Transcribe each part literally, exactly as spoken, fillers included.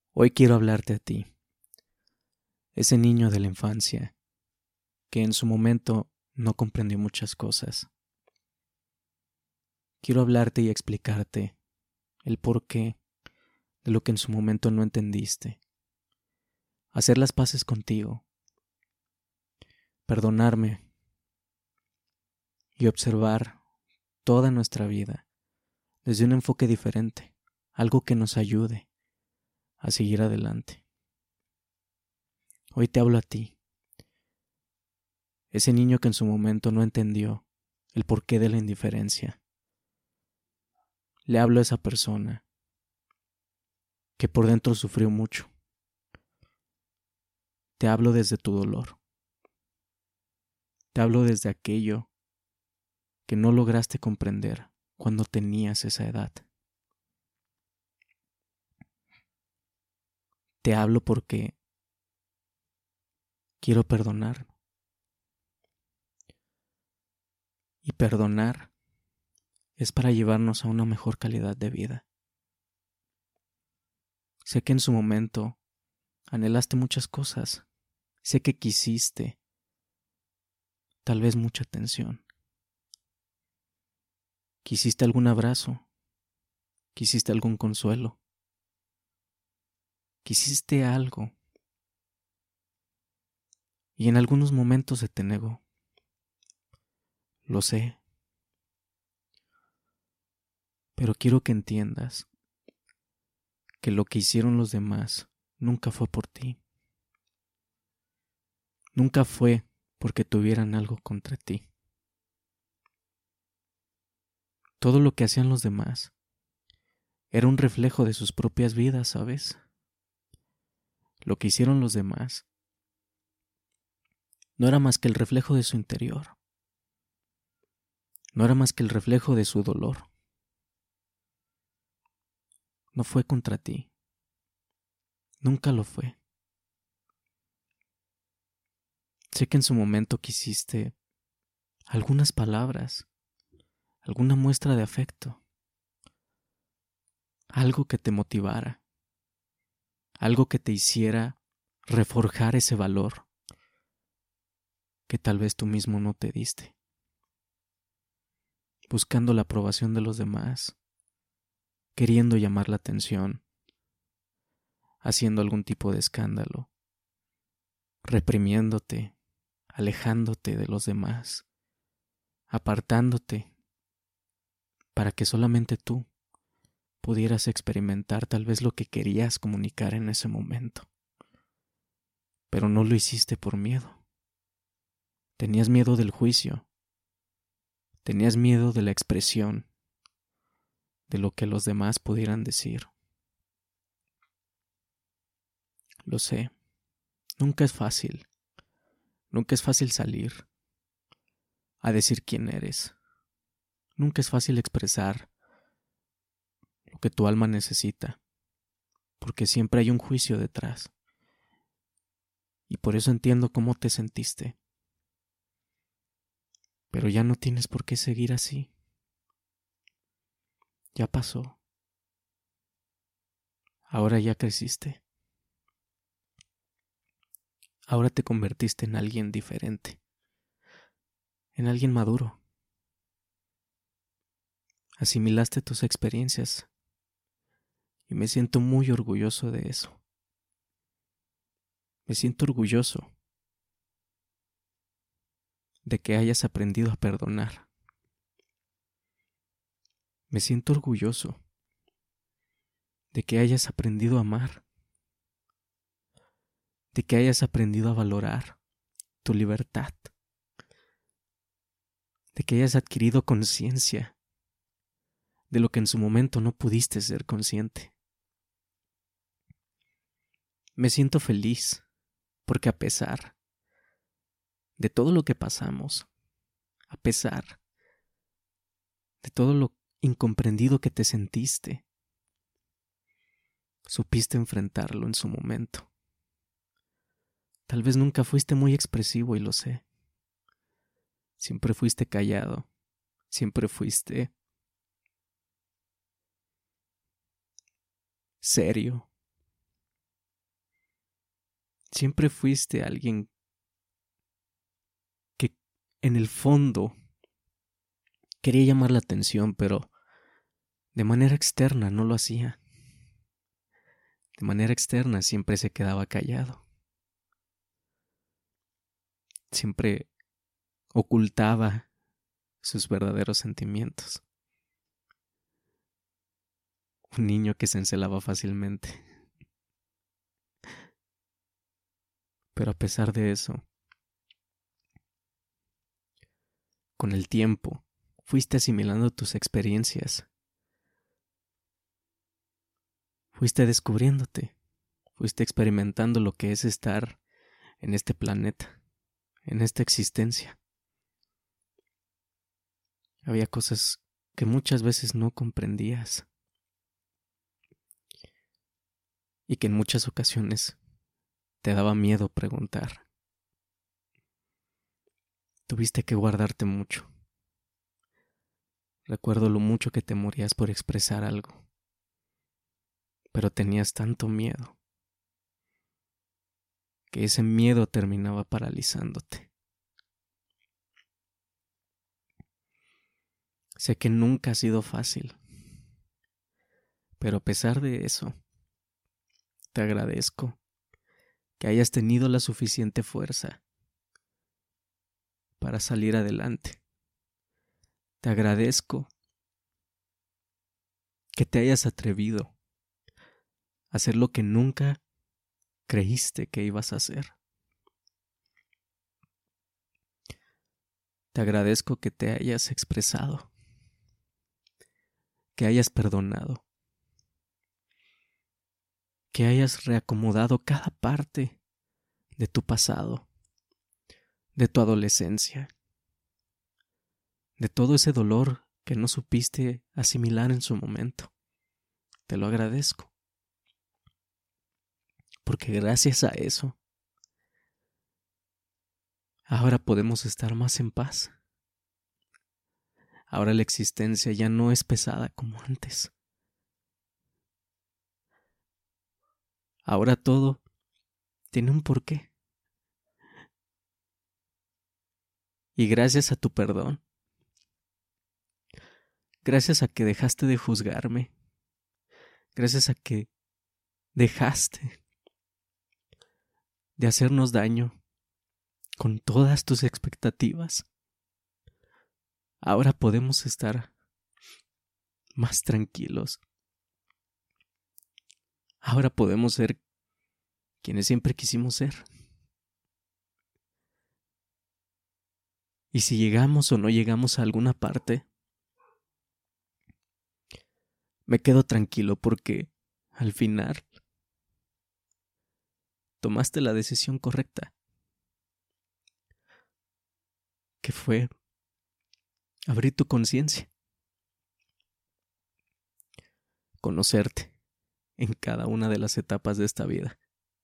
Hoy quiero hablarte a ti, ese niño de la infancia que en su momento no comprendió muchas cosas. Quiero hablarte y explicarte el porqué de lo que en su momento no entendiste, hacer las paces contigo, perdonarme y observar toda nuestra vida desde un enfoque diferente, algo que nos ayude a seguir adelante. Hoy te hablo a ti, ese niño que en su momento no entendió el porqué de la indiferencia. Le hablo a esa persona que por dentro sufrió mucho. Te hablo desde tu dolor. Te hablo desde aquello que no lograste comprender cuando tenías esa edad. Te hablo porque quiero perdonar. Y perdonar es para llevarnos a una mejor calidad de vida. Sé que en su momento anhelaste muchas cosas. Sé que quisiste tal vez mucha atención. Quisiste algún abrazo. Quisiste algún consuelo. Quisiste algo. Y en algunos momentos se te negó. Lo sé. Pero quiero que entiendas que lo que hicieron los demás nunca fue por ti. Nunca fue porque tuvieran algo contra ti. Todo lo que hacían los demás era un reflejo de sus propias vidas, ¿sabes? Lo que hicieron los demás no era más que el reflejo de su interior. No era más que el reflejo de su dolor. No fue contra ti. Nunca lo fue. Sé que en su momento quisiste algunas palabras, alguna muestra de afecto, algo que te motivara, algo que te hiciera reforjar ese valor que tal vez tú mismo no te diste, buscando la aprobación de los demás, queriendo llamar la atención, haciendo algún tipo de escándalo, reprimiéndote, alejándote de los demás, apartándote para que solamente tú pudieras experimentar tal vez lo que querías comunicar en ese momento. Pero no lo hiciste por miedo. Tenías miedo del juicio. Tenías miedo de la expresión, de lo que los demás pudieran decir. Lo sé, nunca es fácil. Nunca es fácil salir a decir quién eres. Nunca es fácil expresar lo que tu alma necesita, porque siempre hay un juicio detrás. Y por eso entiendo cómo te sentiste. Pero ya no tienes por qué seguir así. Ya pasó. Ahora ya creciste. Ahora te convertiste en alguien diferente. En alguien maduro. Asimilaste tus experiencias. Y me siento muy orgulloso de eso. Me siento orgulloso de que hayas aprendido a perdonar. Me siento orgulloso de que hayas aprendido a amar, de que hayas aprendido a valorar tu libertad, de que hayas adquirido conciencia de lo que en su momento no pudiste ser consciente. Me siento feliz porque a pesar de todo lo que pasamos, a pesar de todo lo incomprendido que te sentiste, supiste enfrentarlo en su momento. Tal vez nunca fuiste muy expresivo y lo sé. Siempre fuiste callado, siempre fuiste serio. Siempre fuiste alguien que en el fondo quería llamar la atención, pero de manera externa no lo hacía. De manera externa siempre se quedaba callado. Siempre ocultaba sus verdaderos sentimientos. Un niño que se encelaba fácilmente. Pero a pesar de eso, con el tiempo, fuiste asimilando tus experiencias. Fuiste descubriéndote. Fuiste experimentando lo que es estar en este planeta, en esta existencia. Había cosas que muchas veces no comprendías y que en muchas ocasiones te daba miedo preguntar. Tuviste que guardarte mucho. Recuerdo lo mucho que te morías por expresar algo, pero tenías tanto miedo que ese miedo terminaba paralizándote. Sé que nunca ha sido fácil, pero a pesar de eso, te agradezco que hayas tenido la suficiente fuerza para salir adelante. Te agradezco que te hayas atrevido a hacer lo que nunca creíste que ibas a hacer. Te agradezco que te hayas expresado, que hayas perdonado, que hayas reacomodado cada parte de tu pasado, de tu adolescencia, de todo ese dolor que no supiste asimilar en su momento. Te lo agradezco, porque gracias a eso, ahora podemos estar más en paz. Ahora la existencia ya no es pesada como antes. Ahora todo tiene un porqué. Y gracias a tu perdón, gracias a que dejaste de juzgarme, gracias a que dejaste de hacernos daño con todas tus expectativas, ahora podemos estar más tranquilos. Ahora podemos ser quienes siempre quisimos ser. Y si llegamos o no llegamos a alguna parte, me quedo tranquilo porque al final tomaste la decisión correcta, que fue abrir tu conciencia, conocerte en cada una de las etapas de esta vida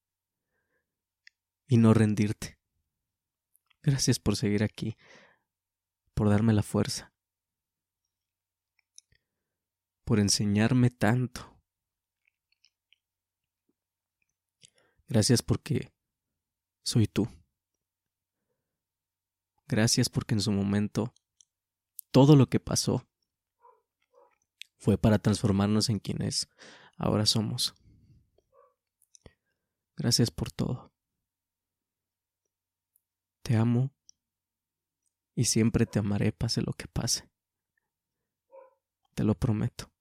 y no rendirte. Gracias por seguir aquí, por darme la fuerza, por enseñarme tanto. Gracias porque soy tú. Gracias porque en su momento todo lo que pasó fue para transformarnos en quienes ahora somos. Gracias por todo. Te amo y siempre te amaré pase lo que pase. Te lo prometo.